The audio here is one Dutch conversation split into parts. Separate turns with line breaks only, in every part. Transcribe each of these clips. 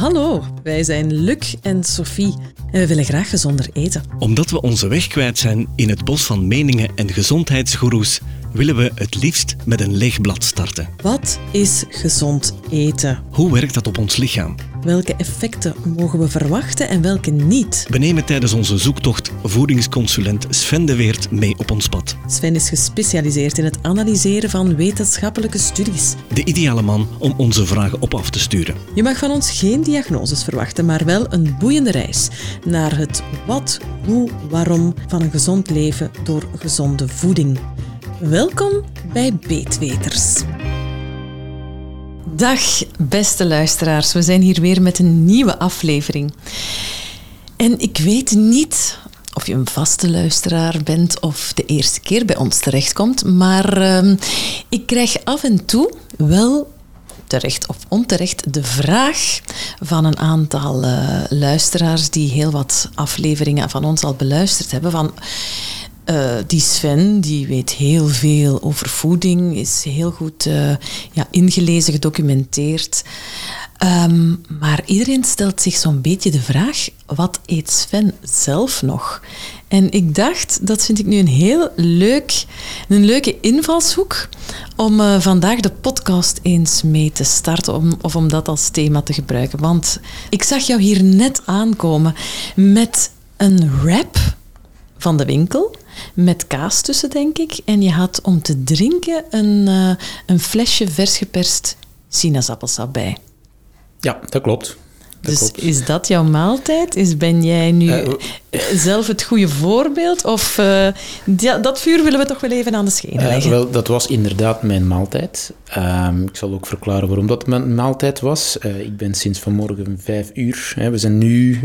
Hallo, wij zijn Luc en Sophie en we willen graag gezonder eten.
Omdat we onze weg kwijt zijn in het bos van meningen en gezondheidsgoeroes, willen we het liefst met een leeg blad starten.
Wat is gezond eten?
Hoe werkt dat op ons lichaam?
Welke effecten mogen we verwachten en welke niet?
We nemen tijdens onze zoektocht voedingsconsulent Sven de Weert mee op ons pad.
Sven is gespecialiseerd in het analyseren van wetenschappelijke studies.
De ideale man om onze vragen op af te sturen.
Je mag van ons geen diagnoses verwachten, maar wel een boeiende reis naar het wat, hoe, waarom van een gezond leven door gezonde voeding. Welkom bij Beetweters. Dag, beste luisteraars. We zijn hier weer met een nieuwe aflevering. En ik weet niet of je een vaste luisteraar bent of de eerste keer bij ons terechtkomt, maar ik krijg af en toe wel, terecht of onterecht, de vraag van een aantal luisteraars die heel wat afleveringen van ons al beluisterd hebben van... Die Sven, die weet heel veel over voeding, is heel goed ingelezen, gedocumenteerd. Maar iedereen stelt zich zo'n beetje de vraag, wat eet Sven zelf nog? En ik dacht, dat vind ik nu een leuke invalshoek om vandaag de podcast eens mee te starten of om dat als thema te gebruiken. Want ik zag jou hier net aankomen met een wrap van de winkel, met kaas tussen, denk ik. En je had om te drinken een flesje vers geperst sinaasappelsap bij.
Ja, dat klopt.
Is dat jouw maaltijd? Ben jij nu zelf het goede voorbeeld? Of dat vuur willen we toch wel even aan de schenen leggen?
Wel, dat was inderdaad mijn maaltijd. Ik zal ook verklaren waarom dat mijn maaltijd was. Ik ben sinds vanmorgen 5 uur... we zijn nu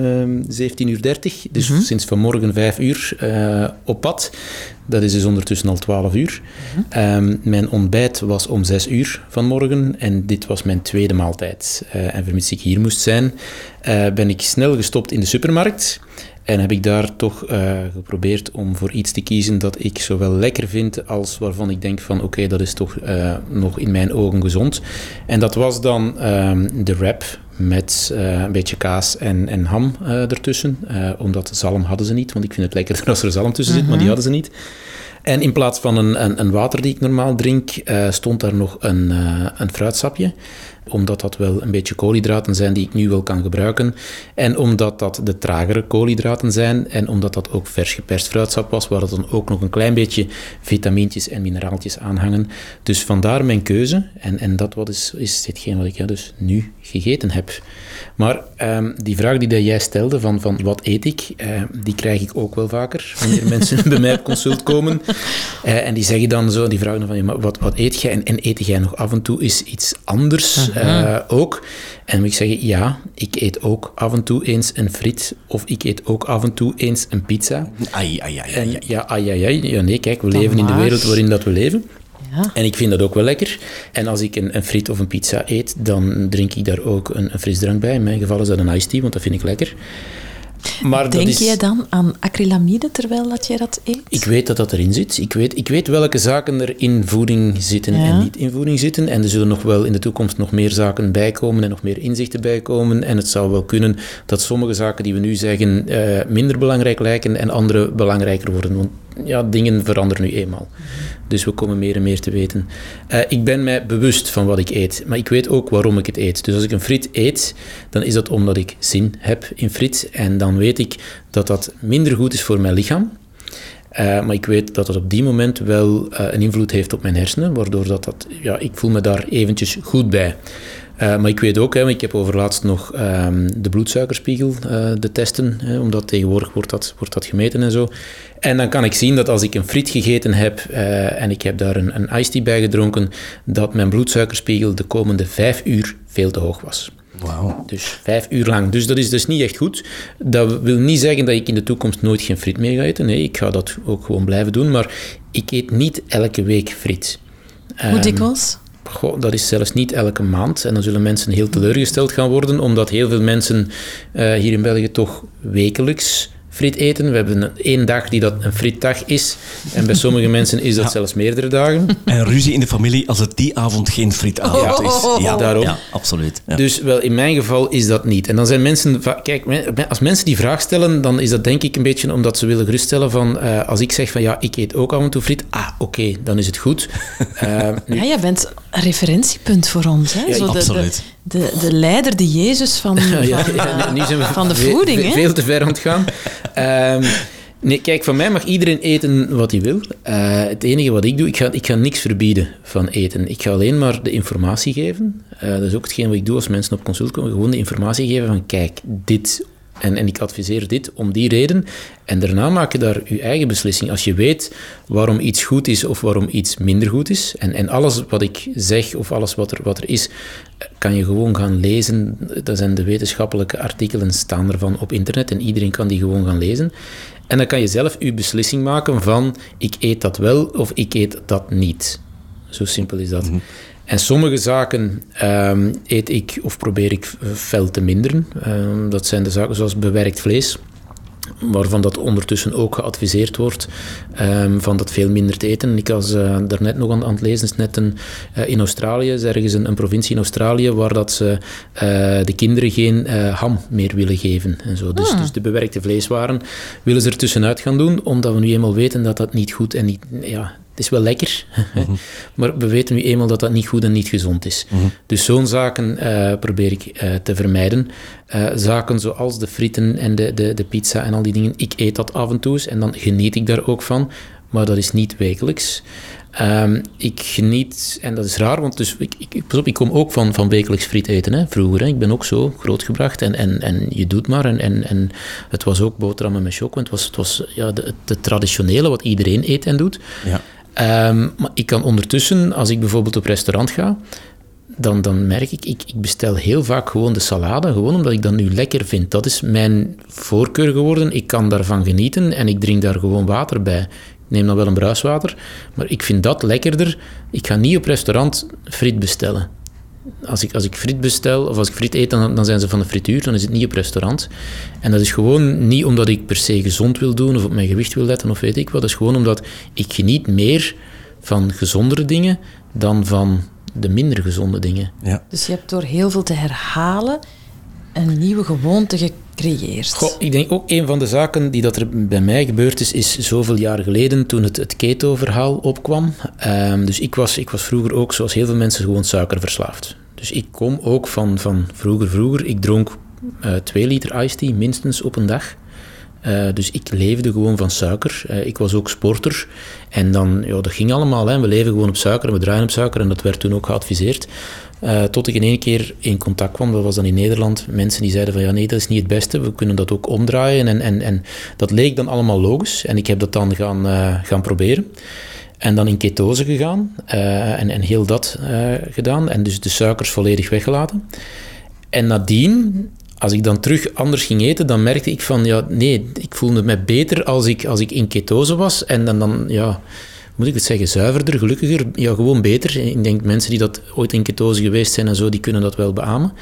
17:30 dus sinds vanmorgen 5 uur op pad. Dat is dus ondertussen al 12 uur. Mijn ontbijt was om 6 uur vanmorgen en dit was mijn tweede maaltijd. En vermits ik hier moest zijn, ben ik snel gestopt in de supermarkt. En heb ik daar toch geprobeerd om voor iets te kiezen dat ik zowel lekker vind als waarvan ik denk van oké, dat is toch nog in mijn ogen gezond. En dat was dan de wrap met een beetje kaas en ham ertussen. Omdat zalm hadden ze niet, want ik vind het lekkerder als er zalm tussen zit, maar die hadden ze niet. En in plaats van een water die ik normaal drink, stond daar nog een fruitsapje. Omdat dat wel een beetje koolhydraten zijn die ik nu wel kan gebruiken. En omdat dat de tragere koolhydraten zijn. En omdat dat ook vers geperst fruitsap was, waar er dan ook nog een klein beetje vitamintjes en mineraaltjes aan hangen. Dus vandaar mijn keuze. En dat is hetgeen wat ik dus nu gegeten heb. Maar die vraag die jij stelde van wat eet ik, die krijg ik ook wel vaker wanneer mensen bij mij op consult komen. En die zeggen dan zo, die vragen dan van, maar wat eet jij? En eet jij nog af en toe is iets anders ook? En dan moet ik zeggen, ja, ik eet ook af en toe eens een friet of ik eet ook af en toe eens een pizza. Ja, nee, kijk, we leven in de wereld waarin dat we leven. Ja. En ik vind dat ook wel lekker. En als ik een friet of een pizza eet, dan drink ik daar ook een frisdrank bij. In mijn geval is dat een iced tea, want dat vind ik lekker. Maar
denk jij dan aan acrylamide terwijl dat jij dat eet?
Ik weet dat dat erin zit. Ik weet welke zaken er in voeding zitten en niet in voeding zitten. En er zullen nog wel in de toekomst nog meer zaken bijkomen en nog meer inzichten bijkomen. En het zou wel kunnen dat sommige zaken die we nu zeggen minder belangrijk lijken en andere belangrijker worden. Want ja, dingen veranderen nu eenmaal. Dus we komen meer en meer te weten. Ik ben mij bewust van wat ik eet, maar ik weet ook waarom ik het eet. Dus als ik een friet eet, dan is dat omdat ik zin heb in friet. En dan weet ik dat dat minder goed is voor mijn lichaam. Maar ik weet dat het op die moment wel een invloed heeft op mijn hersenen, waardoor ik voel me daar eventjes goed bij. Maar ik weet ook, ik heb overlaatst nog de bloedsuikerspiegel de testen, omdat tegenwoordig wordt dat gemeten en zo. En dan kan ik zien dat als ik een friet gegeten heb en ik heb daar een iced tea bij gedronken, dat mijn bloedsuikerspiegel de komende 5 uur veel te hoog was.
Wauw.
Dus 5 uur lang. Dus dat is dus niet echt goed. Dat wil niet zeggen dat ik in de toekomst nooit geen friet meer ga eten. Nee, ik ga dat ook gewoon blijven doen. Maar ik eet niet elke week friet.
Hoe dikwijls?
Dat is zelfs niet elke maand. En dan zullen mensen heel teleurgesteld gaan worden, omdat heel veel mensen hier in België toch wekelijks friet eten. We hebben 1 dag die dat een frietdag is. En bij sommige mensen is dat zelfs meerdere dagen.
En ruzie in de familie als het die avond geen frietavond is.
Ja, daarom.
Ja, absoluut. Ja.
Dus wel, in mijn geval is dat niet. En dan zijn mensen... Kijk, als mensen die vraag stellen, dan is dat denk ik een beetje omdat ze willen geruststellen van... als ik zeg van, ja, ik eet ook af en toe friet. Oké, dan is het goed.
Ja, jij bent een referentiepunt voor ons. Hè?
Ja,
Zo
absoluut.
De leider, de Jezus van
nu zijn we
van de voeding. Hè?
Veel te ver aan het gaan. Nee, kijk, van mij mag iedereen eten wat hij wil. Het enige wat ik doe, ik ga niks verbieden van eten. Ik ga alleen maar de informatie geven. Dat is ook hetgeen wat ik doe als mensen op consult komen. Gewoon de informatie geven van, kijk, dit... En ik adviseer dit om die reden. En daarna maak je daar je eigen beslissing. Als je weet waarom iets goed is of waarom iets minder goed is. En alles wat ik zeg of alles wat er is, kan je gewoon gaan lezen. Dat zijn de wetenschappelijke artikelen, staan ervan op internet. En iedereen kan die gewoon gaan lezen. En dan kan je zelf je beslissing maken van, ik eet dat wel of ik eet dat niet. Zo simpel is dat. Mm-hmm. En sommige zaken eet ik of probeer ik fel te minderen. Dat zijn de zaken zoals bewerkt vlees, waarvan dat ondertussen ook geadviseerd wordt van dat veel minder te eten. Ik was daarnet nog aan het lezen, is net in Australië, is ergens een provincie in Australië, waar dat ze de kinderen geen ham meer willen geven. En zo. Dus de bewerkte vleeswaren willen ze er tussenuit gaan doen, omdat we nu eenmaal weten dat dat niet goed en niet... Ja, het is wel lekker, maar we weten nu eenmaal dat dat niet goed en niet gezond is. Dus zo'n zaken probeer ik te vermijden. Zaken zoals de frieten en de pizza en al die dingen, ik eet dat af en toe eens en dan geniet ik daar ook van, maar dat is niet wekelijks. Ik geniet, en dat is raar, want dus ik kom ook van wekelijks friet eten, hè, vroeger. Hè. Ik ben ook zo grootgebracht en je doet maar. En het was ook boterhammen met choco. Het was ja, de traditionele, wat iedereen eet en doet. Ja. Maar ik kan ondertussen, als ik bijvoorbeeld op restaurant ga, dan merk ik bestel heel vaak gewoon de salade, gewoon omdat ik dat nu lekker vind. Dat is mijn voorkeur geworden. Ik kan daarvan genieten en ik drink daar gewoon water bij. Ik neem dan wel een bruiswater, maar ik vind dat lekkerder. Ik ga niet op restaurant friet bestellen. Als ik friet bestel, of als ik friet eet, dan zijn ze van de frituur, dan is het niet op restaurant. En dat is gewoon niet omdat ik per se gezond wil doen, of op mijn gewicht wil letten, of weet ik wat. Dat is gewoon omdat ik geniet meer van gezondere dingen dan van de minder gezonde dingen. Ja.
Dus je hebt door heel veel te herhalen een nieuwe gewoonte gecreëerd.
Goh, ik denk ook een van de zaken die dat er bij mij gebeurd is zoveel jaar geleden toen het keto-verhaal opkwam. Dus ik was vroeger ook, zoals heel veel mensen, gewoon suikerverslaafd. Dus ik kom ook van vroeger. Ik dronk 2 liter iced tea minstens op een dag. Dus ik leefde gewoon van suiker. Ik was ook sporter. En dan, ja, dat ging allemaal. Hè. We leven gewoon op suiker en we draaien op suiker. En dat werd toen ook geadviseerd. Tot ik in één keer in contact kwam, dat was dan in Nederland, mensen die zeiden van ja nee, dat is niet het beste, we kunnen dat ook omdraaien. En dat leek dan allemaal logisch. En ik heb dat dan gaan proberen. En dan in ketose gegaan. En heel dat gedaan. En dus de suikers volledig weggelaten. En nadien, als ik dan terug anders ging eten, dan merkte ik van, ja, nee, ik voelde me beter als ik in ketose was. En dan ja, moet ik het zeggen, zuiverder, gelukkiger, ja, gewoon beter. Ik denk, mensen die dat ooit in ketose geweest zijn en zo, die kunnen dat wel beamen.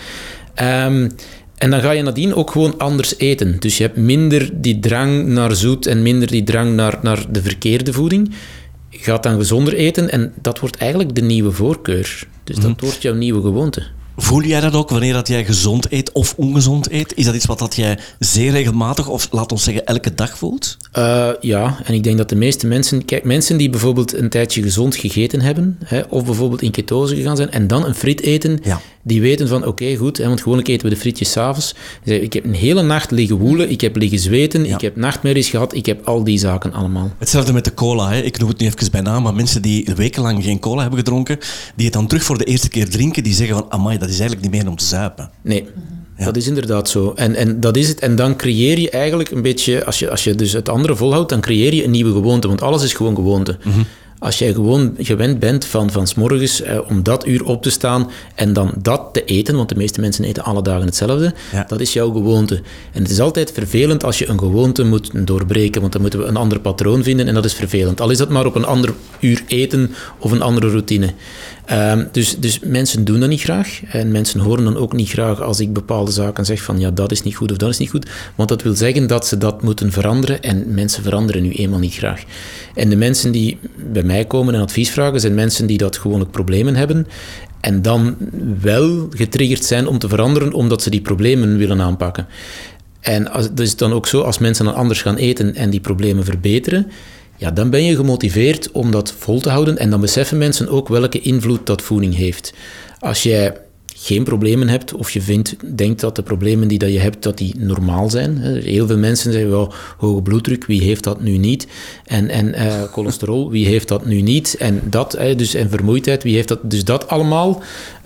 En dan ga je nadien ook gewoon anders eten. Dus je hebt minder die drang naar zoet en minder die drang naar de verkeerde voeding. Je gaat dan gezonder eten en dat wordt eigenlijk de nieuwe voorkeur. Dus dat wordt jouw nieuwe gewoonte.
Voel jij dat ook wanneer dat jij gezond eet of ongezond eet? Is dat iets wat dat jij zeer regelmatig of laat ons zeggen elke dag voelt?
Ja, en ik denk dat de meeste mensen... Kijk, mensen die bijvoorbeeld een tijdje gezond gegeten hebben, hè, of bijvoorbeeld in ketose gegaan zijn en dan een friet eten, ja, die weten van oké, goed, hè, want gewoonlijk eten we de frietjes 's avonds. Ik heb een hele nacht liggen woelen, ik heb liggen zweten, ja, ik heb nachtmerries gehad, ik heb al die zaken allemaal.
Hetzelfde met de cola, hè. Ik noem het nu even bij naam, maar mensen die wekenlang geen cola hebben gedronken, die het dan terug voor de eerste keer drinken, die zeggen van amai, dat is eigenlijk niet meer om te zuipen.
Nee. Ja. Dat is inderdaad zo. En dat is het. En dan creëer je eigenlijk een beetje, als je dus het andere volhoudt, dan creëer je een nieuwe gewoonte. Want alles is gewoon gewoonte. Als jij gewoon gewend bent van 's morgens om dat uur op te staan en dan dat te eten, want de meeste mensen eten alle dagen hetzelfde, dat is jouw gewoonte. En het is altijd vervelend als je een gewoonte moet doorbreken, want dan moeten we een ander patroon vinden en dat is vervelend. Al is dat maar op een ander uur eten of een andere routine. Dus mensen doen dat niet graag en mensen horen dan ook niet graag als ik bepaalde zaken zeg van ja, dat is niet goed of dat is niet goed, want dat wil zeggen dat ze dat moeten veranderen en mensen veranderen nu eenmaal niet graag. En de mensen die bij mij komen en advies vragen, zijn mensen die dat gewoonlijk problemen hebben en dan wel getriggerd zijn om te veranderen omdat ze die problemen willen aanpakken. En dat is dan ook zo, als mensen dan anders gaan eten en die problemen verbeteren, ja, dan ben je gemotiveerd om dat vol te houden en dan beseffen mensen ook welke invloed dat voeding heeft. Als jij geen problemen hebt of je denkt dat de problemen die je hebt, dat die normaal zijn. Heel veel mensen zeggen, well, hoge bloeddruk, wie heeft dat nu niet? En cholesterol, wie heeft dat nu niet? En dat, en vermoeidheid, wie heeft dat? Dus dat allemaal,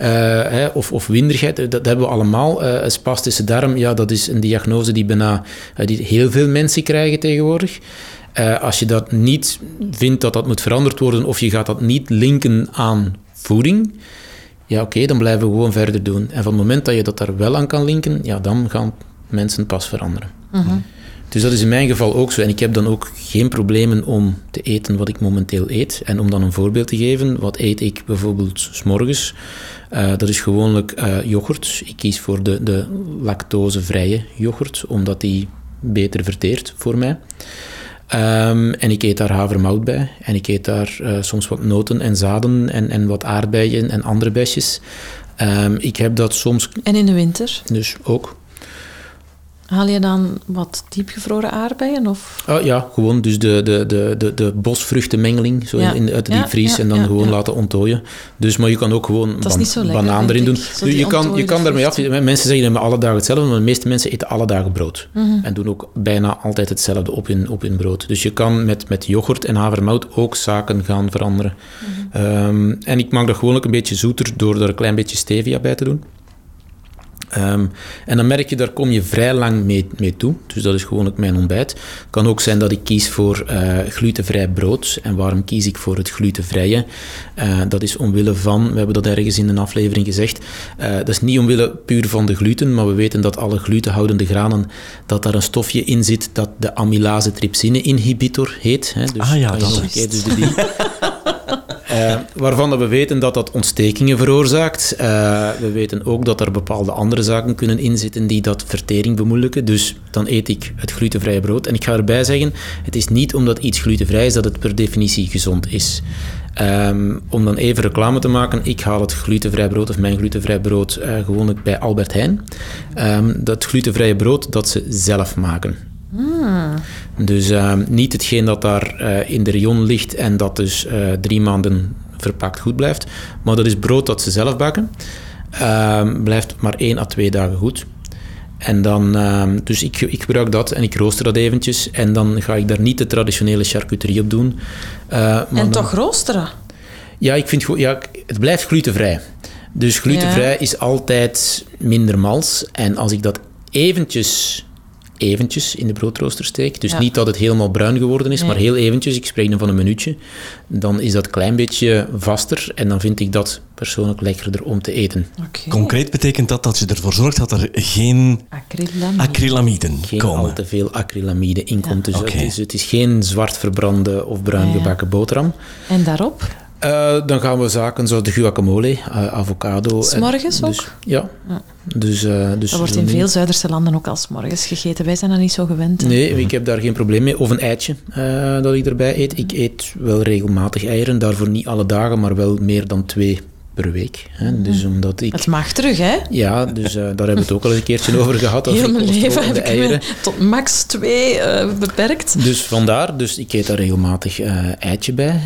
of winderigheid, dat hebben we allemaal. Spastische darm, ja, dat is een diagnose die heel veel mensen krijgen tegenwoordig. Als je dat niet vindt dat moet veranderd worden of je gaat dat niet linken aan voeding, ja oké, dan blijven we gewoon verder doen. En van het moment dat je dat daar wel aan kan linken, ja, dan gaan mensen pas veranderen. Mm-hmm. Dus dat is in mijn geval ook zo. En ik heb dan ook geen problemen om te eten wat ik momenteel eet. En om dan een voorbeeld te geven, wat eet ik bijvoorbeeld 's morgens? Dat is gewoonlijk yoghurt. Ik kies voor de lactosevrije yoghurt, omdat die beter verteert voor mij. En ik eet daar havermout bij. En ik eet daar soms wat noten en zaden en wat aardbeien en andere besjes. Ik heb dat soms...
En in de winter?
Dus ook.
Haal je dan wat diepgevroren aardbeien? Of?
Ja, gewoon dus de bosvruchtenmengeling zo uit de diepvries en dan gewoon laten onttooien. Dus, maar je kan ook gewoon banaan erin doen. Dus je kan daarmee af. Mensen zeggen maar alle dagen hetzelfde, maar de meeste mensen eten alle dagen brood. Mm-hmm. En doen ook bijna altijd hetzelfde op in brood. Dus je kan met yoghurt en havermout ook zaken gaan veranderen. Mm-hmm. En ik maak dat gewoonlijk een beetje zoeter door er een klein beetje stevia bij te doen. En dan merk je, daar kom je vrij lang mee toe. Dus dat is gewoon ook mijn ontbijt. Het kan ook zijn dat ik kies voor glutenvrij brood. En waarom kies ik voor het glutenvrije? Dat is omwille van, we hebben dat ergens in een aflevering gezegd, dat is niet omwille puur van de gluten, maar we weten dat alle glutenhoudende granen, dat daar een stofje in zit dat de amylase trypsine inhibitor heet. Hè? Dus waarvan we weten dat dat ontstekingen veroorzaakt. We weten ook dat er bepaalde andere zaken kunnen inzitten die dat vertering bemoeilijken. Dus dan eet ik het glutenvrije brood. En ik ga erbij zeggen, het is niet omdat iets glutenvrij is dat het per definitie gezond is. Om dan even reclame te maken, ik haal het glutenvrij brood of mijn glutenvrij brood gewoonlijk bij Albert Heijn. Dat glutenvrije brood dat ze zelf maken. Dus niet hetgeen dat daar in de rayon ligt en dat dus 3 maanden verpakt goed blijft, maar dat is brood dat ze zelf bakken. Blijft maar 1 à 2 dagen goed. En dan, dus ik gebruik dat en ik rooster dat eventjes en dan ga ik daar niet de traditionele charcuterie op doen.
En dan, toch roosteren?
Ja, ik vind het blijft glutenvrij. Dus glutenvrij is altijd minder mals. En als ik dat eventjes in de broodrooster steek, dus niet dat het helemaal bruin geworden is, maar heel eventjes, ik spreek dan van een minuutje, dan is dat klein beetje vaster en dan vind ik dat persoonlijk lekkerder om te eten.
Okay. Concreet betekent dat je ervoor zorgt dat er geen acrylamiden komen.
Geen al te veel acrylamide in komt. Dus het is geen zwart verbrande of bruin gebakken boterham.
En daarop?
Dan gaan we zaken zoals de guacamole, avocado.
's Morgens ook?
Dus, ja. Dus
dat wordt in veel Zuiderse landen ook al 's morgens gegeten. Wij zijn dat niet zo gewend. Hè?
Nee, ik heb daar geen probleem mee. Of een eitje dat ik erbij eet. Ik eet wel regelmatig eieren. Daarvoor niet alle dagen, maar wel meer dan 2 per week. Hè. Dus omdat
het mag terug, hè?
Ja, dus daar hebben we het ook al eens een keertje over gehad.
Heel mijn leven heb ik me tot max 2 beperkt.
Dus vandaar, ik eet daar regelmatig eitje bij.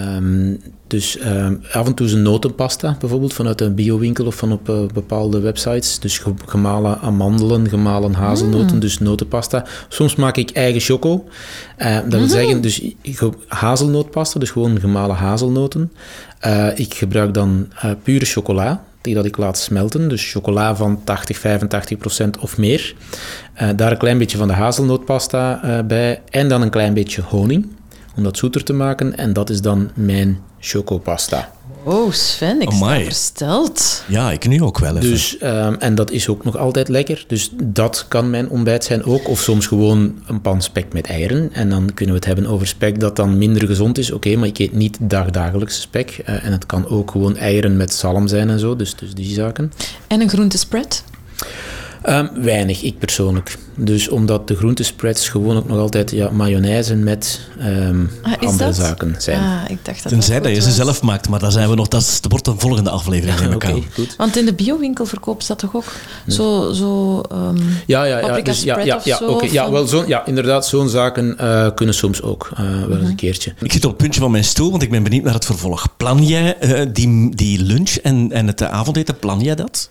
Dus af en toe is een notenpasta, bijvoorbeeld vanuit een biowinkel of van op bepaalde websites. Dus gemalen amandelen, gemalen hazelnoten, dus notenpasta. Soms maak ik eigen choco. Dat wil zeggen, dus hazelnootpasta, dus gewoon gemalen hazelnoten. Ik gebruik dan pure chocola, die dat ik laat smelten. Dus chocola van 80-85% of meer. Daar een klein beetje van de hazelnootpasta bij. En dan een klein beetje honing. om dat zoeter te maken. En dat is dan mijn chocopasta.
Oh, Sven, ik sta versteld.
Ja, ik nu ook wel even.
Dus, en dat is ook nog altijd lekker. Dus dat kan mijn ontbijt zijn ook. Of soms gewoon een pan spek met eieren. En dan kunnen we het hebben over spek dat dan minder gezond is. Oké, maar ik eet niet dagdagelijks spek. En het kan ook gewoon eieren met zalm zijn en zo. Dus die zaken.
En een groentespread?
Weinig, ik persoonlijk. Dus omdat de groentespreads gewoon ook nog altijd mayonaise met andere zaken zijn.
Ik dacht dat
tenzij dat je ze zelf maakt, maar dat wordt een volgende aflevering, neem ik aan.
Goed.
Want in de biowinkel verkoopt ze dat toch ook? Paprika
dus,
spread of zo?
Okay, inderdaad, zo'n zaken kunnen soms ook wel eens een keertje.
Ik zit op het puntje van mijn stoel, want ik ben benieuwd naar het vervolg. Plan jij die lunch en het avondeten, plan jij dat?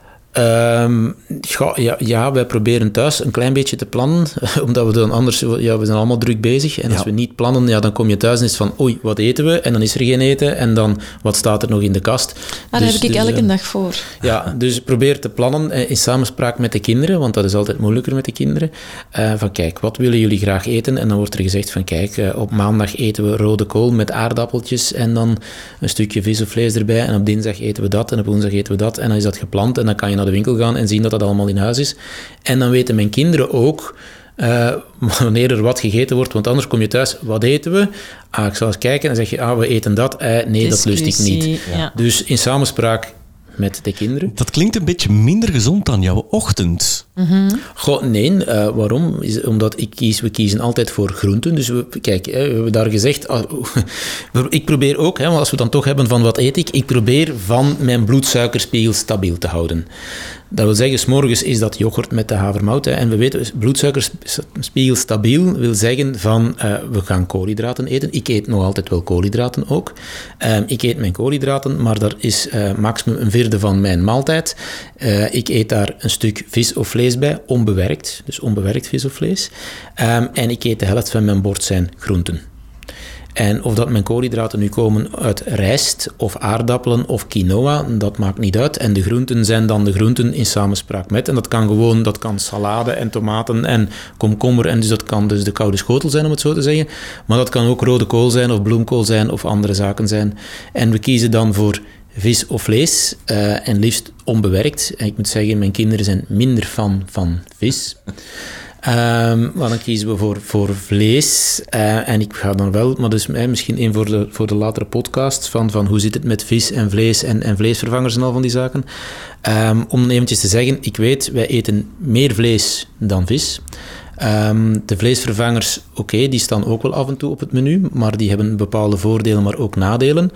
Wij proberen thuis een klein beetje te plannen, omdat we dan anders... we zijn allemaal druk bezig. En als we niet plannen, dan kom je thuis en is van oei, wat eten we? En dan is er geen eten. En dan, wat staat er nog in de kast?
Daar heb ik elke dag voor.
Ja, dus probeer te plannen in samenspraak met de kinderen, want dat is altijd moeilijker met de kinderen. Van kijk, wat willen jullie graag eten? En dan wordt er gezegd van kijk, op maandag eten we rode kool met aardappeltjes en dan een stukje vis of vlees erbij. En op dinsdag eten we dat en op woensdag eten we dat. En dan is dat gepland en dan kan je naar de winkel gaan en zien dat dat allemaal in huis is. En dan weten mijn kinderen ook wanneer er wat gegeten wordt, want anders kom je thuis, wat eten we? Ik zal eens kijken en dan zeg je, we eten dat. Nee, dat lust ik niet. Ja. Dus in samenspraak met de kinderen.
Dat klinkt een beetje minder gezond dan jouw ochtend.
Mm-hmm.
Goh, nee, waarom? Omdat we kiezen altijd voor groenten. Dus we hebben daar gezegd... ik probeer ook, want als we dan toch hebben van wat eet ik probeer van mijn bloedsuikerspiegel stabiel te houden. Dat wil zeggen, 's morgens is dat yoghurt met de havermout. En we weten, bloedsuikerspiegel stabiel wil zeggen van we gaan koolhydraten eten. Ik eet nog altijd wel koolhydraten ook. Ik eet mijn koolhydraten, maar dat is maximum een vierde van mijn maaltijd. Ik eet daar een stuk vis of vlees bij, onbewerkt. Dus onbewerkt vis of vlees. En ik eet de helft van mijn bord zijn groenten. En of dat mijn koolhydraten nu komen uit rijst of aardappelen of quinoa, dat maakt niet uit. En de groenten zijn dan de groenten in samenspraak met. En dat kan salade en tomaten en komkommer. En dus dat kan dus de koude schotel zijn, om het zo te zeggen. Maar dat kan ook rode kool zijn of bloemkool zijn of andere zaken zijn. En we kiezen dan voor vis of vlees en liefst onbewerkt. En ik moet zeggen, mijn kinderen zijn minder fan van vis. Maar dan kiezen we voor vlees. En ik ga dan wel, maar dus misschien één voor de latere podcast, van hoe zit het met vis en vlees en vleesvervangers en al van die zaken. Om eventjes te zeggen, ik weet, wij eten meer vlees dan vis. De vleesvervangers, die staan ook wel af en toe op het menu, maar die hebben bepaalde voordelen, maar ook nadelen.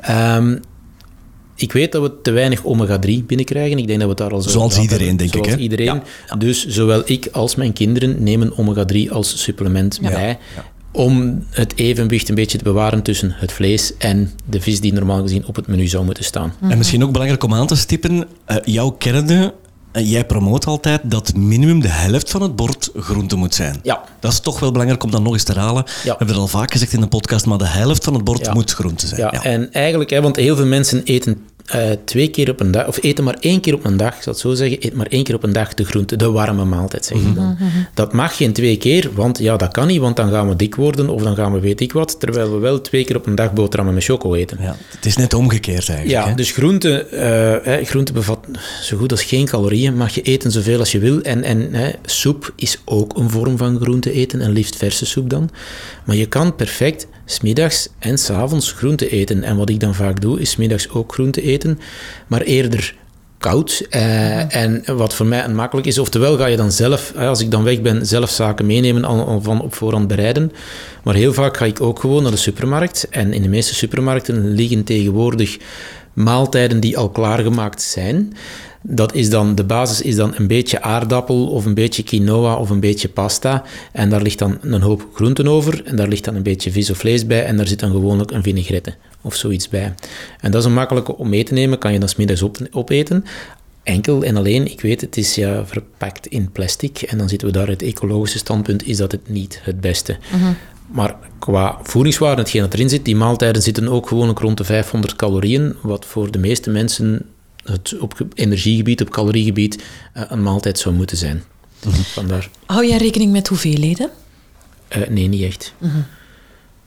Ik weet dat we te weinig omega-3 binnenkrijgen. Ik denk dat we het daar al zo...
Zoals iedereen, denk ik.
Zoals iedereen. Ja. Dus zowel ik als mijn kinderen nemen omega-3 als supplement bij. Ja. Om het evenwicht een beetje te bewaren tussen het vlees en de vis die normaal gezien op het menu zou moeten staan.
En misschien ook belangrijk om aan te stippen, jouw kernde... Jij promoot altijd dat minimum de helft van het bord groente moet zijn.
Ja.
Dat is toch wel belangrijk om dat nog eens te herhalen. Ja. We hebben het al vaak gezegd in de podcast, maar de helft van het bord moet groente zijn.
Ja. En eigenlijk, want heel veel mensen eten 2 keer op een dag, of eten maar 1 keer op een dag, ik zal het zo zeggen, eet maar 1 keer op een dag de groente, de warme maaltijd, zeg ik dan. Mm-hmm. Dat mag geen 2 keer, want dat kan niet, want dan gaan we dik worden, of dan gaan we weet ik wat, terwijl we wel 2 keer op een dag boterhammen met choco eten.
Ja, het is net omgekeerd eigenlijk.
Ja, dus groente bevat zo goed als geen calorieën, mag je eten zoveel als je wil, en soep is ook een vorm van groente eten, en liefst verse soep dan. Maar je kan perfect 's middags en 's avonds groente eten. En wat ik dan vaak doe, is 's middags ook groente eten, maar eerder koud. En wat voor mij makkelijk is, oftewel ga je dan zelf, als ik dan weg ben, zelf zaken meenemen, al van op voorhand bereiden. Maar heel vaak ga ik ook gewoon naar de supermarkt. En in de meeste supermarkten liggen tegenwoordig maaltijden die al klaargemaakt zijn. Dat is dan, de basis is dan een beetje aardappel of een beetje quinoa of een beetje pasta. En daar ligt dan een hoop groenten over. En daar ligt dan een beetje vis of vlees bij. En daar zit dan gewoonlijk een vinaigrette of zoiets bij. En dat is een makkelijke om mee te nemen. Kan je dan 's middags opeten. Enkel en alleen, ik weet, het is verpakt in plastic. En dan zitten we daar, het ecologische standpunt is dat het niet het beste. Mm-hmm. Maar qua voedingswaarde, hetgeen dat erin zit, die maaltijden zitten ook gewoonlijk rond de 500 calorieën. Wat voor de meeste mensen... het op energiegebied, op caloriegebied, een maaltijd zou moeten zijn. Mm-hmm. Vandaar.
Hou jij rekening met hoeveelheden?
Nee, niet echt. Mm-hmm.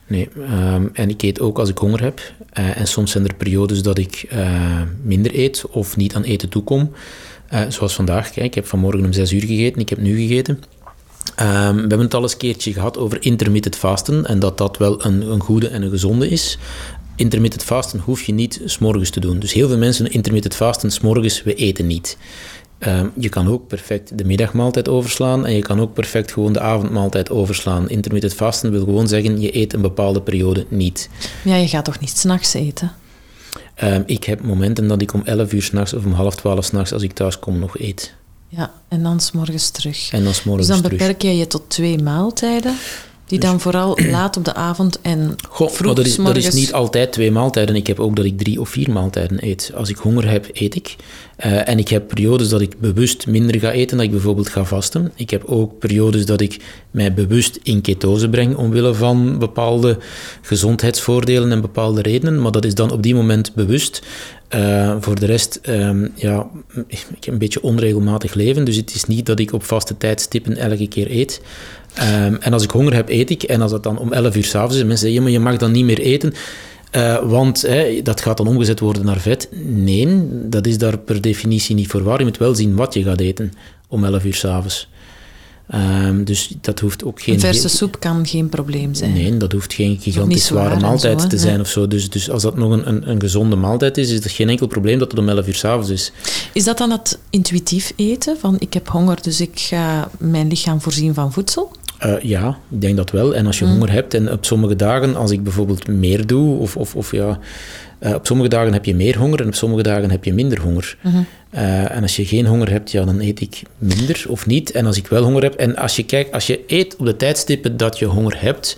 Nee. En ik eet ook als ik honger heb. En soms zijn er periodes dat ik minder eet of niet aan eten toekom. Zoals vandaag. Kijk, ik heb vanmorgen om 6 uur gegeten. Ik heb nu gegeten. We hebben het al eens een keertje gehad over intermittent fasten. En dat wel een goede en een gezonde is. Intermittent fasten hoef je niet 's morgens te doen. Dus heel veel mensen intermittent fasten 's morgens, we eten niet. Je kan ook perfect de middagmaaltijd overslaan en je kan ook perfect gewoon de avondmaaltijd overslaan. Intermittent fasten wil gewoon zeggen, je eet een bepaalde periode niet.
Ja, je gaat toch niet 's nachts eten?
Ik heb momenten dat ik om 11 uur 's nachts of om 11:30 's nachts, als ik thuis kom, nog eet.
Ja, en dan 's morgens terug.
En dan 's morgens
dus dan
terug.
beperk jij je tot 2 maaltijden, die dan vooral laat op de avond en vroeg
maar dat
's morgens...
is niet altijd 2 maaltijden. Ik heb ook dat ik 3 of 4 maaltijden eet. Als ik honger heb, eet ik. En ik heb periodes dat ik bewust minder ga eten, dat ik bijvoorbeeld ga vasten. Ik heb ook periodes dat ik mij bewust in ketose breng, omwille van bepaalde gezondheidsvoordelen en bepaalde redenen. Maar dat is dan op die moment bewust. Voor de rest, ik heb een beetje onregelmatig leven, dus het is niet dat ik op vaste tijdstippen elke keer eet. En als ik honger heb, eet ik. En als het dan om 11 uur 's avonds is, mensen zeggen, maar je mag dan niet meer eten, want dat gaat dan omgezet worden naar vet. Nee, dat is daar per definitie niet voor waar. Je moet wel zien wat je gaat eten om 11 uur 's avonds. Dus dat hoeft ook geen...
Een verse soep kan geen probleem zijn.
Nee, dat hoeft geen gigantisch zware maaltijd te zijn of zo. Dus als dat nog een gezonde maaltijd is het geen enkel probleem dat het om 11 uur 's avonds is.
Is dat dan het intuïtief eten? Van ik heb honger, dus ik ga mijn lichaam voorzien van voedsel?
Ja, ik denk dat wel. En als je honger hebt, en op sommige dagen, als ik bijvoorbeeld meer doe, op sommige dagen heb je meer honger en op sommige dagen heb je minder honger. En als je geen honger hebt, ja, dan eet ik minder of niet. En als ik wel honger heb, en als je eet op de tijdstippen dat je honger hebt,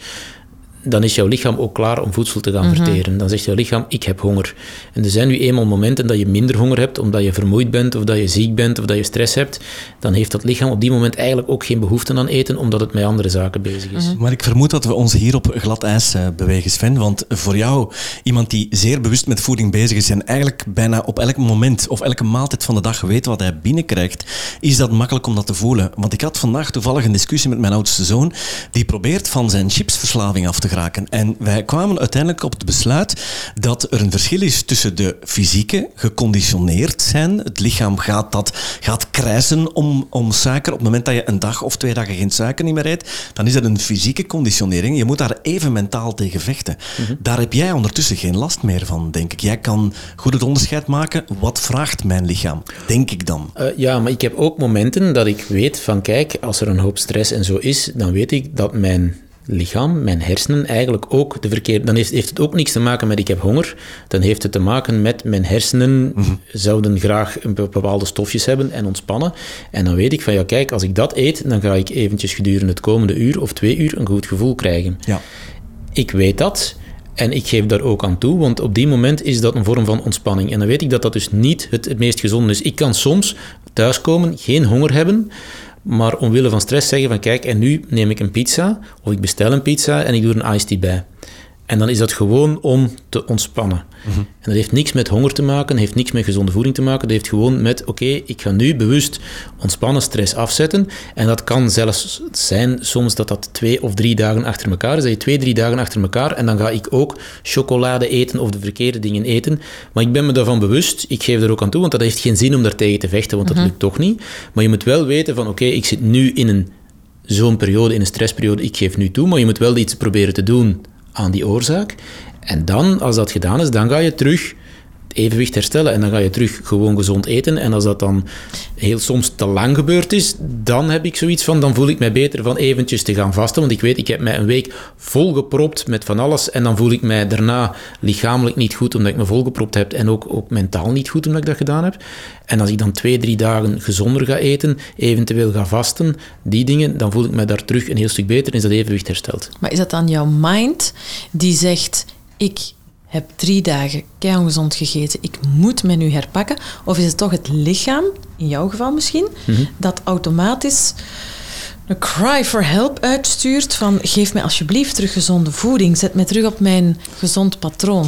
dan is jouw lichaam ook klaar om voedsel te gaan verteren. Dan zegt jouw lichaam, ik heb honger. En er zijn nu eenmaal momenten dat je minder honger hebt, omdat je vermoeid bent, of dat je ziek bent, of dat je stress hebt. Dan heeft dat lichaam op die moment eigenlijk ook geen behoefte aan eten, omdat het met andere zaken bezig is.
Maar ik vermoed dat we ons hier op glad ijs bewegen, Sven. Want voor jou, iemand die zeer bewust met voeding bezig is en eigenlijk bijna op elk moment of elke maaltijd van de dag weet wat hij binnenkrijgt, is dat makkelijk om dat te voelen. Want ik had vandaag toevallig een discussie met mijn oudste zoon, die probeert van zijn chipsverslaving af te geraken. En wij kwamen uiteindelijk op het besluit dat er een verschil is tussen de fysieke, geconditioneerd zijn. Het lichaam gaat krijsen om suiker. Op het moment dat je een dag of 2 dagen geen suiker niet meer eet, dan is dat een fysieke conditionering. Je moet daar even mentaal tegen vechten. Daar heb jij ondertussen geen last meer van, denk ik. Jij kan goed het onderscheid maken. Wat vraagt mijn lichaam? Denk ik dan.
Ja, maar ik heb ook momenten dat ik weet van, kijk, als er een hoop stress en zo is, dan weet ik dat mijn lichaam, mijn hersenen, eigenlijk ook de verkeerde... Dan heeft het ook niks te maken met ik heb honger. Dan heeft het te maken met mijn hersenen zouden graag bepaalde stofjes hebben en ontspannen. En dan weet ik van, ja kijk, als ik dat eet, dan ga ik eventjes gedurende het komende uur of 2 uur een goed gevoel krijgen. Ja. Ik weet dat en ik geef daar ook aan toe, want op die moment is dat een vorm van ontspanning. En dan weet ik dat dat dus niet het meest gezonde is. Ik kan soms thuiskomen, geen honger hebben, maar omwille van stress zeggen van kijk, en nu neem ik een pizza, of ik bestel een pizza en ik doe een iced tea bij. En dan is dat gewoon om te ontspannen. En dat heeft niks met honger te maken, heeft niks met gezonde voeding te maken. Dat heeft gewoon met, oké, ik ga nu bewust ontspannen, stress afzetten. En dat kan zelfs zijn soms dat 2 of 3 dagen achter elkaar is. Dat je 2, 3 dagen achter elkaar en dan ga ik ook chocolade eten of de verkeerde dingen eten. Maar ik ben me daarvan bewust, ik geef er ook aan toe, want dat heeft geen zin om daar tegen te vechten, want dat lukt toch niet. Maar je moet wel weten van, oké, ik zit nu in zo'n periode, in een stressperiode, ik geef nu toe, maar je moet wel iets proberen te doen aan die oorzaak. En dan, als dat gedaan is, dan ga je terug het evenwicht herstellen en dan ga je terug gewoon gezond eten. En als dat dan heel soms te lang gebeurd is, dan heb ik zoiets van, dan voel ik mij beter van eventjes te gaan vasten, want ik weet, ik heb mij een week volgepropt met van alles en dan voel ik mij daarna lichamelijk niet goed omdat ik me volgepropt heb en ook mentaal niet goed omdat ik dat gedaan heb. En als ik dan 2, 3 dagen gezonder ga eten, eventueel ga vasten, die dingen, dan voel ik mij daar terug een heel stuk beter en is dat evenwicht hersteld.
Maar is dat dan jouw mind die zegt, ik heb 3 dagen keihard gegeten, ik moet me nu herpakken? Of is het toch het lichaam, in jouw geval misschien, dat automatisch een cry for help uitstuurt van geef mij alsjeblieft terug gezonde voeding, zet mij terug op mijn gezond patroon?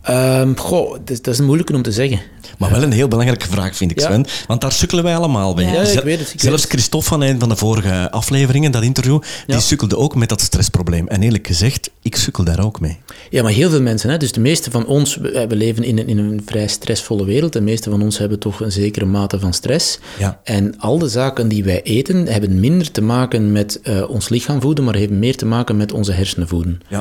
Dat is een moeilijke om te zeggen.
Maar wel een heel belangrijke vraag, vind ik, Sven. Want daar sukkelen wij allemaal bij.
Ja, ik weet het.
Zelfs Christophe van een van de vorige afleveringen, dat interview, die sukkelde ook met dat stressprobleem. En eerlijk gezegd, ik sukkel daar ook mee.
Ja, maar heel veel mensen. Hè? Dus de meeste van ons, we leven in een vrij stressvolle wereld. De meeste van ons hebben toch een zekere mate van stress. Ja. En al de zaken die wij eten, hebben minder te maken met ons lichaam voeden, maar hebben meer te maken met onze hersenen voeden. Ja.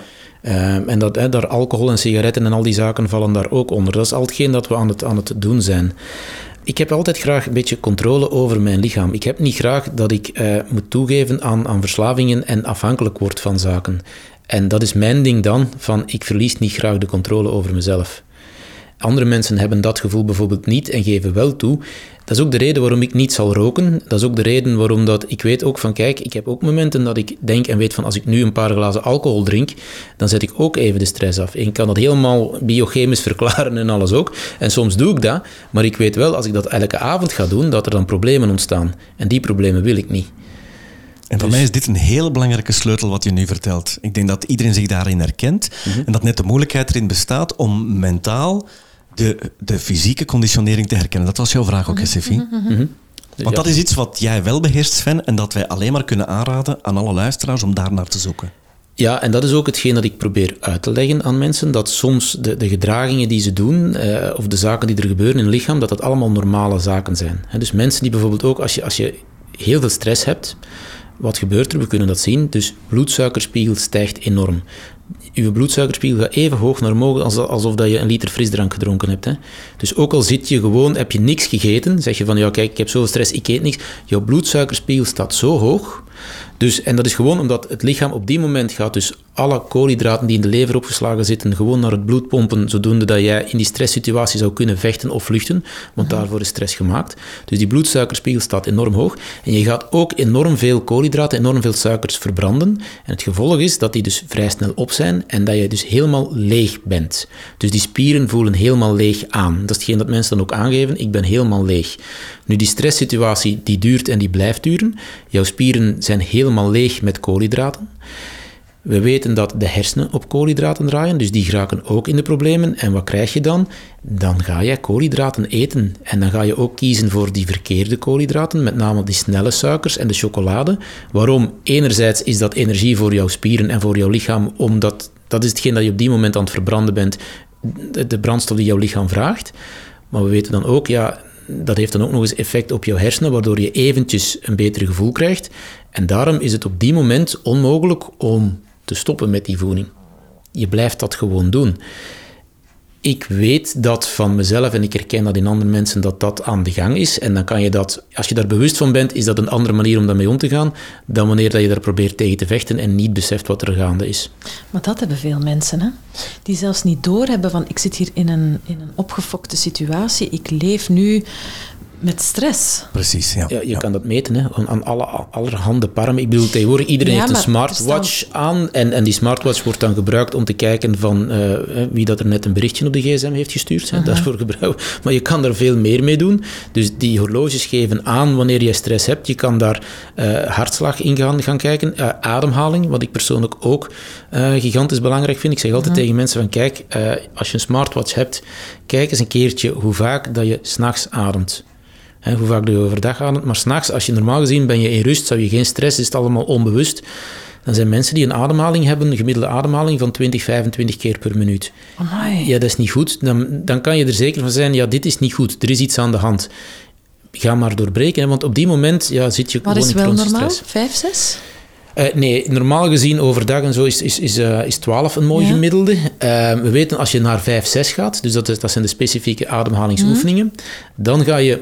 En daar alcohol en sigaretten en al die zaken vallen daar ook onder. Dat is al hetgeen dat we aan het doen zijn. Ik heb altijd graag een beetje controle over mijn lichaam. Ik heb niet graag dat ik moet toegeven aan verslavingen en afhankelijk word van zaken. En dat is mijn ding dan, van ik verlies niet graag de controle over mezelf. Andere mensen hebben dat gevoel bijvoorbeeld niet en geven wel toe. Dat is ook de reden waarom ik niet zal roken. Dat is ook de reden waarom dat ik weet ook van, kijk, ik heb ook momenten dat ik denk en weet van, als ik nu een paar glazen alcohol drink, dan zet ik ook even de stress af. En ik kan dat helemaal biochemisch verklaren en alles ook. En soms doe ik dat, maar ik weet wel, als ik dat elke avond ga doen, dat er dan problemen ontstaan. En die problemen wil ik niet.
En voor mij is dit een hele belangrijke sleutel wat je nu vertelt. Ik denk dat iedereen zich daarin herkent en dat net de moeilijkheid erin bestaat om mentaal de fysieke conditionering te herkennen. Dat was jouw vraag ook, Sefi. Want dat is iets wat jij wel beheerst, Sven, en dat wij alleen maar kunnen aanraden aan alle luisteraars om daar naar te zoeken. Ja, en dat is ook hetgeen dat ik probeer uit te leggen aan mensen, dat soms de gedragingen die ze doen, of de zaken die er gebeuren in het lichaam, dat allemaal normale zaken zijn. Dus mensen die bijvoorbeeld ook, als je heel veel stress hebt, wat gebeurt er? We kunnen dat zien. Dus bloedsuikerspiegel stijgt enorm. Uw bloedsuikerspiegel gaat even hoog naar omhoog alsof dat je een liter frisdrank gedronken hebt. Hè. Dus ook al zit je gewoon, heb je niks gegeten, zeg je van, ja kijk, ik heb zoveel stress, ik eet niks. Jouw bloedsuikerspiegel staat zo hoog. Dus, en dat is gewoon omdat het lichaam op die moment gaat dus alle koolhydraten die in de lever opgeslagen zitten gewoon naar het bloed pompen, zodoende dat jij in die stresssituatie zou kunnen vechten of vluchten, want daarvoor is stress gemaakt. Dus die bloedsuikerspiegel staat enorm hoog en je gaat ook enorm veel koolhydraten, enorm veel suikers verbranden. En het gevolg is dat die dus vrij snel op zijn en dat je dus helemaal leeg bent. Dus die spieren voelen helemaal leeg aan. Dat is hetgeen dat mensen dan ook aangeven, ik ben helemaal leeg. Nu, die stresssituatie die duurt en die blijft duren. Jouw spieren zijn helemaal leeg met koolhydraten. We weten dat de hersenen op koolhydraten draaien, dus die geraken ook in de problemen. En wat krijg je dan? Dan ga je koolhydraten eten. En dan ga je ook kiezen voor die verkeerde koolhydraten, met name die snelle suikers en de chocolade. Waarom? Enerzijds is dat energie voor jouw spieren en voor jouw lichaam, omdat dat is hetgeen dat je op die moment aan het verbranden bent, de brandstof die jouw lichaam vraagt. Maar we weten dan ook, ja, dat heeft dan ook nog eens effect op jouw hersenen, waardoor je eventjes een beter gevoel krijgt. En daarom is het op die moment onmogelijk om te stoppen met die voeding. Je blijft dat gewoon doen. Ik weet dat van mezelf en ik herken dat in andere mensen dat dat aan de gang is. En dan kan je dat, als je daar bewust van bent, is dat een andere manier om daarmee om te gaan dan wanneer dat je daar probeert tegen te vechten en niet beseft wat er gaande is.
Maar dat hebben veel mensen, hè? Die zelfs niet doorhebben van ik zit hier in een opgefokte situatie, ik leef nu met stress.
Precies, ja.
Je kan dat meten, hè, aan allerhande parameters. Ik bedoel, tegenwoordig iedereen heeft een smartwatch aan en die smartwatch wordt dan gebruikt om te kijken van wie dat er net een berichtje op de gsm heeft gestuurd. Hè, daarvoor gebruiken. Maar je kan daar veel meer mee doen. Dus die horloges geven aan wanneer je stress hebt. Je kan daar hartslag in gaan kijken. Ademhaling, wat ik persoonlijk ook gigantisch belangrijk vind. Ik zeg altijd tegen mensen van kijk, als je een smartwatch hebt, kijk eens een keertje hoe vaak dat je 's nachts ademt. Hoe vaak doe je overdag ademt, maar 's nachts, als je normaal gezien ben je in rust, zou je geen stress, is het allemaal onbewust. Dan zijn mensen die een ademhaling hebben, een gemiddelde ademhaling van 20, 25 keer per minuut.
Amai.
Ja, dat is niet goed. Dan kan je er zeker van zijn, ja, dit is niet goed, er is iets aan de hand. Ga maar doorbreken, hè, want op die moment zit je gewoon in chronische stress.
Wat is wel normaal? 5, 6?
Nee, normaal gezien overdag en zo is 12 een mooi gemiddelde. We weten als je naar 5, 6 gaat, dus dat zijn de specifieke ademhalingsoefeningen, dan ga je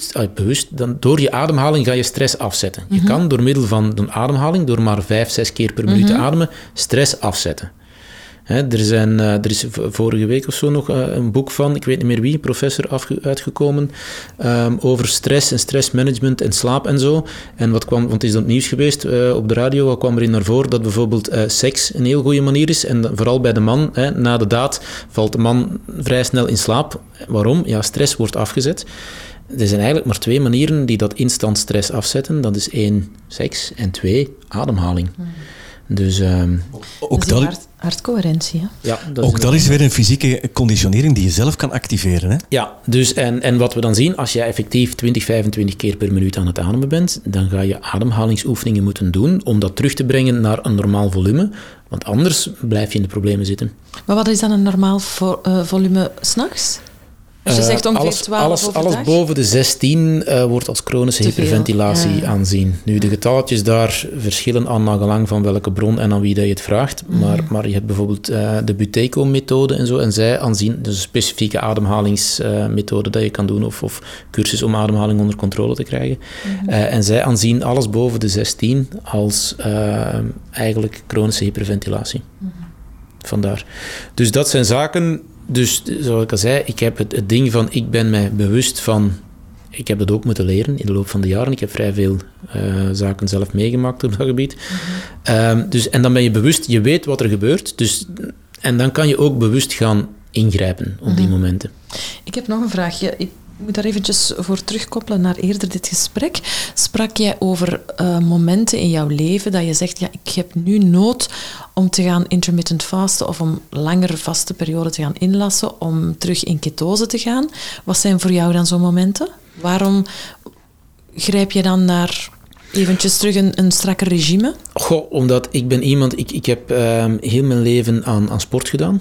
dan door je ademhaling ga je stress afzetten. Je kan door middel van een ademhaling, door maar 5, 6 keer per minuut te ademen, stress afzetten. Er is vorige week of zo nog een boek van, ik weet niet meer wie, professor uitgekomen, over stress en stressmanagement en slaap en zo. En want het is dan het nieuws geweest op de radio, wat kwam erin naar voren, dat bijvoorbeeld seks een heel goede manier is. En vooral bij de man, na de daad valt de man vrij snel in slaap. Waarom? Ja, stress wordt afgezet. Er zijn eigenlijk maar 2 manieren die dat instant stress afzetten. Dat is 1, seks en 2, ademhaling. Dus...
Hartcoherentie, hè?
Ja,
Dat is weer een fysieke conditionering die je zelf kan activeren. Hè?
Ja, dus en wat we dan zien, als je effectief 20, 25 keer per minuut aan het ademen bent, dan ga je ademhalingsoefeningen moeten doen om dat terug te brengen naar een normaal volume, want anders blijf je in de problemen zitten.
Maar wat is dan een normaal volume 's nachts? Dus je zegt ongeveer 12
alles boven de 16 wordt als chronische hyperventilatie aanzien. Nu, de getalletjes daar verschillen aan nagelang van welke bron en aan wie dat je het vraagt. Maar je hebt bijvoorbeeld de Buteyko-methode en zo. En zij aanzien dus een specifieke ademhalingsmethode dat je kan doen. Of cursus om ademhaling onder controle te krijgen. En zij aanzien alles boven de 16 als eigenlijk chronische hyperventilatie. Vandaar. Dus dat zijn zaken... Dus, zoals ik al zei, ik heb het ding van, ik ben mij bewust van... Ik heb dat ook moeten leren in de loop van de jaren. Ik heb vrij veel zaken zelf meegemaakt op dat gebied. En dan ben je bewust, je weet wat er gebeurt. Dus, en dan kan je ook bewust gaan ingrijpen op die momenten.
Ik heb nog een vraagje. Ik moet daar eventjes voor terugkoppelen naar eerder dit gesprek. Sprak jij over momenten in jouw leven dat je zegt, ja, ik heb nu nood om te gaan intermittent fasten of om langere vaste perioden te gaan inlassen om terug in ketose te gaan. Wat zijn voor jou dan zo'n momenten? Waarom grijp je dan naar eventjes terug een strakker regime?
Goh, omdat ik ben iemand... Ik heb heel mijn leven aan sport gedaan.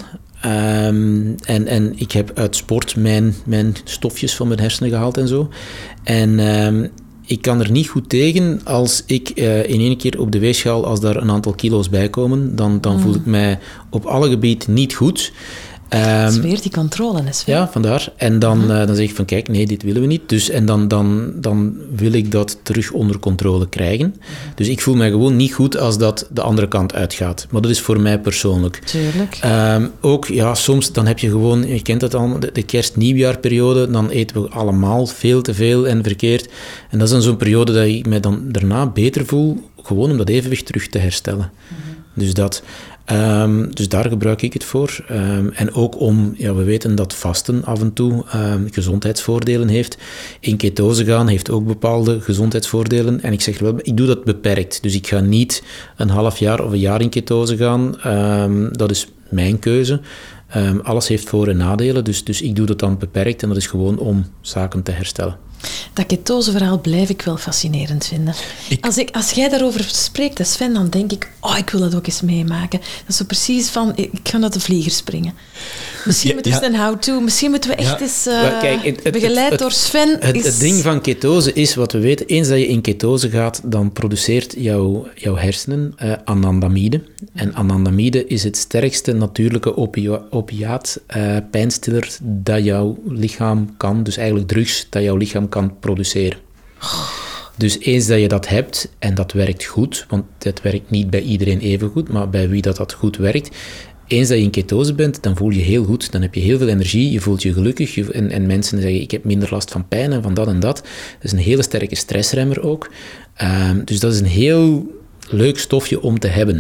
En ik heb uit sport mijn stofjes van mijn hersenen gehaald en zo. En ik kan er niet goed tegen als ik in één keer op de weegschaal, als daar een aantal kilo's bij komen, dan voel ik mij op alle gebieden niet goed.
Dat is weer die controle.
Ja, vandaar. En dan zeg ik van, kijk, nee, dit willen we niet. Dus, en dan wil ik dat terug onder controle krijgen. Dus ik voel mij gewoon niet goed als dat de andere kant uitgaat. Maar dat is voor mij persoonlijk.
Tuurlijk.
Ook, ja, soms dan heb je gewoon, je kent het allemaal, de kerst-nieuwjaarperiode, dan eten we allemaal veel te veel en verkeerd. En dat is dan zo'n periode dat ik mij dan daarna beter voel, gewoon om dat evenwicht terug te herstellen. Dus dat... Dus daar gebruik ik het voor. En ook om, ja, we weten dat vasten af en toe gezondheidsvoordelen heeft. In ketose gaan heeft ook bepaalde gezondheidsvoordelen. En ik zeg wel, ik doe dat beperkt. Dus ik ga niet een half jaar of een jaar in ketose gaan. Dat is mijn keuze. Alles heeft voor- en nadelen. Dus ik doe dat dan beperkt. En dat is gewoon om zaken te herstellen.
Dat ketoseverhaal blijf ik wel fascinerend vinden. Als jij daarover spreekt, Sven, dan denk ik, ik wil dat ook eens meemaken. Dat is zo precies van, ik ga naar de vlieger springen. Misschien moeten we eens een how-to, misschien moeten we echt eens begeleid door Sven.
Het ding van ketose is, wat we weten, eens dat je in ketose gaat, dan produceert jouw hersenen anandamide. En anandamide is het sterkste natuurlijke opiaat, pijnstiller, dat jouw lichaam kan, dus eigenlijk drugs, dat jouw lichaam kan produceren. Dus eens dat je dat hebt, en dat werkt goed, want het werkt niet bij iedereen even goed, maar bij wie dat goed werkt, eens dat je in ketose bent, dan voel je heel goed, dan heb je heel veel energie, je voelt je gelukkig, en mensen zeggen, ik heb minder last van pijn en van dat en dat. Dat is een hele sterke stressremmer ook. Dus dat is een heel leuk stofje om te hebben.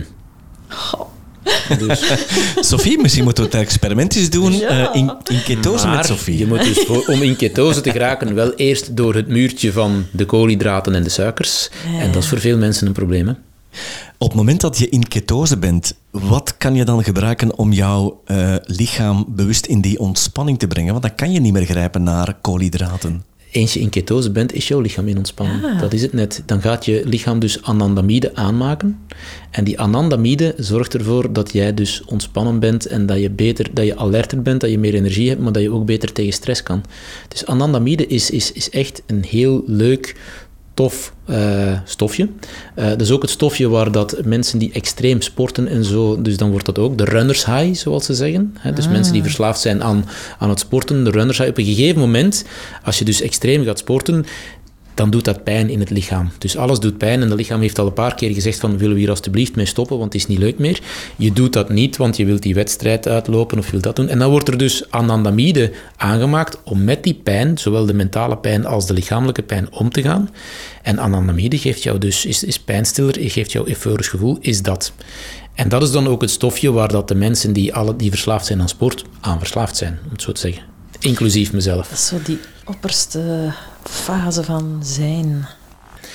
Dus. Sophie, misschien moeten we het experiment eens doen in ketose met Sophie.
Je moet dus om in ketose te geraken wel eerst door het muurtje van de koolhydraten en de suikers. Ja. En dat is voor veel mensen een probleem. Hè?
Op het moment dat je in ketose bent, wat kan je dan gebruiken om jouw lichaam bewust in die ontspanning te brengen? Want dan kan je niet meer grijpen naar koolhydraten.
Eens je in ketose bent, is jouw lichaam in ontspanning. Ja. Dat is het net. Dan gaat je lichaam dus anandamide aanmaken. En die anandamide zorgt ervoor dat jij dus ontspannen bent en dat je alerter bent, dat je meer energie hebt, maar dat je ook beter tegen stress kan. Dus anandamide is echt een heel leuk, tof stofje. Dat is ook het stofje waar dat mensen die extreem sporten en zo, dus dan wordt dat ook de runners high, zoals ze zeggen. Dus mensen die verslaafd zijn aan het sporten, de runners high. Op een gegeven moment, als je dus extreem gaat sporten, dan doet dat pijn in het lichaam. Dus alles doet pijn en het lichaam heeft al een paar keer gezegd van, willen we hier alstublieft mee stoppen, want het is niet leuk meer. Je doet dat niet, want je wilt die wedstrijd uitlopen of wil dat doen. En dan wordt er dus anandamide aangemaakt om met die pijn, zowel de mentale pijn als de lichamelijke pijn, om te gaan. En anandamide geeft jou dus, is pijnstiller, geeft jou euforisch gevoel, is dat. En dat is dan ook het stofje waar dat de mensen die verslaafd zijn aan sport, aan verslaafd zijn, om het zo te zeggen. Inclusief mezelf.
Dat is zo die opperste fase van zijn.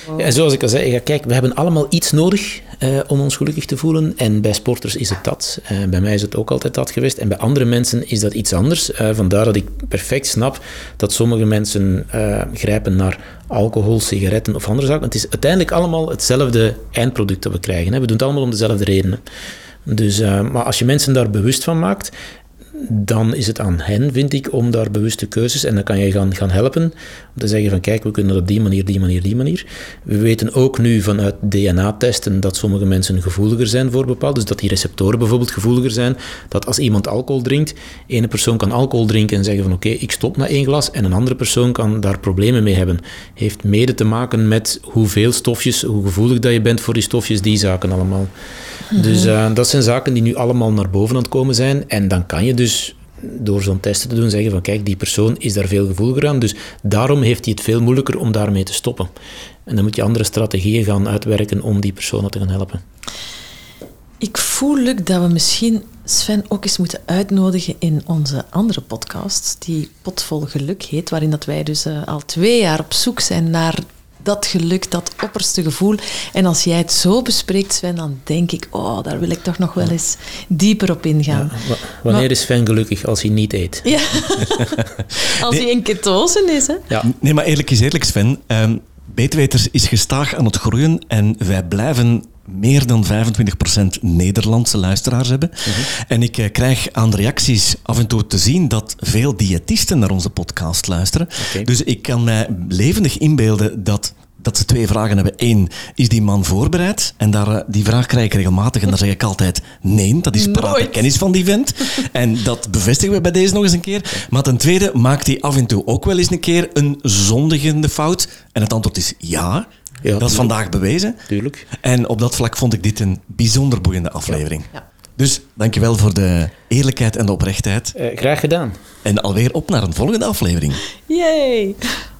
Ja, en zoals ik al zei, kijk, we hebben allemaal iets nodig om ons gelukkig te voelen. En bij sporters is het dat. Bij mij is het ook altijd dat geweest. En bij andere mensen is dat iets anders. Vandaar dat ik perfect snap dat sommige mensen grijpen naar alcohol, sigaretten of andere zaken. Het is uiteindelijk allemaal hetzelfde eindproduct dat we krijgen. Hè. We doen het allemaal om dezelfde redenen. Dus, maar als je mensen daar bewust van maakt, dan is het aan hen, vind ik, om daar bewuste keuzes, en dan kan je gaan helpen, om te zeggen van kijk, we kunnen dat op die manier. We weten ook nu vanuit DNA-testen dat sommige mensen gevoeliger zijn voor bepaald, dus dat die receptoren bijvoorbeeld gevoeliger zijn, dat als iemand alcohol drinkt, ene persoon kan alcohol drinken en zeggen van oké, ik stop na 1 glas, en een andere persoon kan daar problemen mee hebben. Heeft mede te maken met hoeveel stofjes, hoe gevoelig dat je bent voor die stofjes, die zaken allemaal. Dus dat zijn zaken die nu allemaal naar boven aan het komen zijn. En dan kan je dus door zo'n testen te doen zeggen van kijk, die persoon is daar veel gevoeliger aan. Dus daarom heeft hij het veel moeilijker om daarmee te stoppen. En dan moet je andere strategieën gaan uitwerken om die personen te gaan helpen.
Ik voel, Luc, dat we misschien Sven ook eens moeten uitnodigen in onze andere podcast, die Potvol Geluk heet, waarin dat wij dus al 2 jaar op zoek zijn naar dat geluk, dat opperste gevoel. En als jij het zo bespreekt, Sven, dan denk ik, daar wil ik toch nog wel eens dieper op ingaan.
Ja, wanneer is Sven gelukkig? Als hij niet eet.
Ja, als hij in ketose is. Hè?
Ja. Nee, maar eerlijk is eerlijk, Sven. Beetweters is gestaag aan het groeien en wij blijven meer dan 25% Nederlandse luisteraars hebben. En ik krijg aan reacties af en toe te zien dat veel diëtisten naar onze podcast luisteren. Dus ik kan mij levendig inbeelden dat ze 2 vragen hebben. 1, is die man voorbereid? En die vraag krijg ik regelmatig en dan zeg ik altijd nee, dat is parate kennis van die vent. En dat bevestigen we bij deze nog eens een keer. Maar ten tweede, maakt hij af en toe ook wel eens een keer een zondigende fout? En het antwoord is ja. Ja, dat is vandaag bewezen.
Tuurlijk.
En op dat vlak vond ik dit een bijzonder boeiende aflevering. Ja. Dus dankjewel voor de eerlijkheid en de oprechtheid.
Graag gedaan.
En alweer op naar een volgende aflevering.
Yay!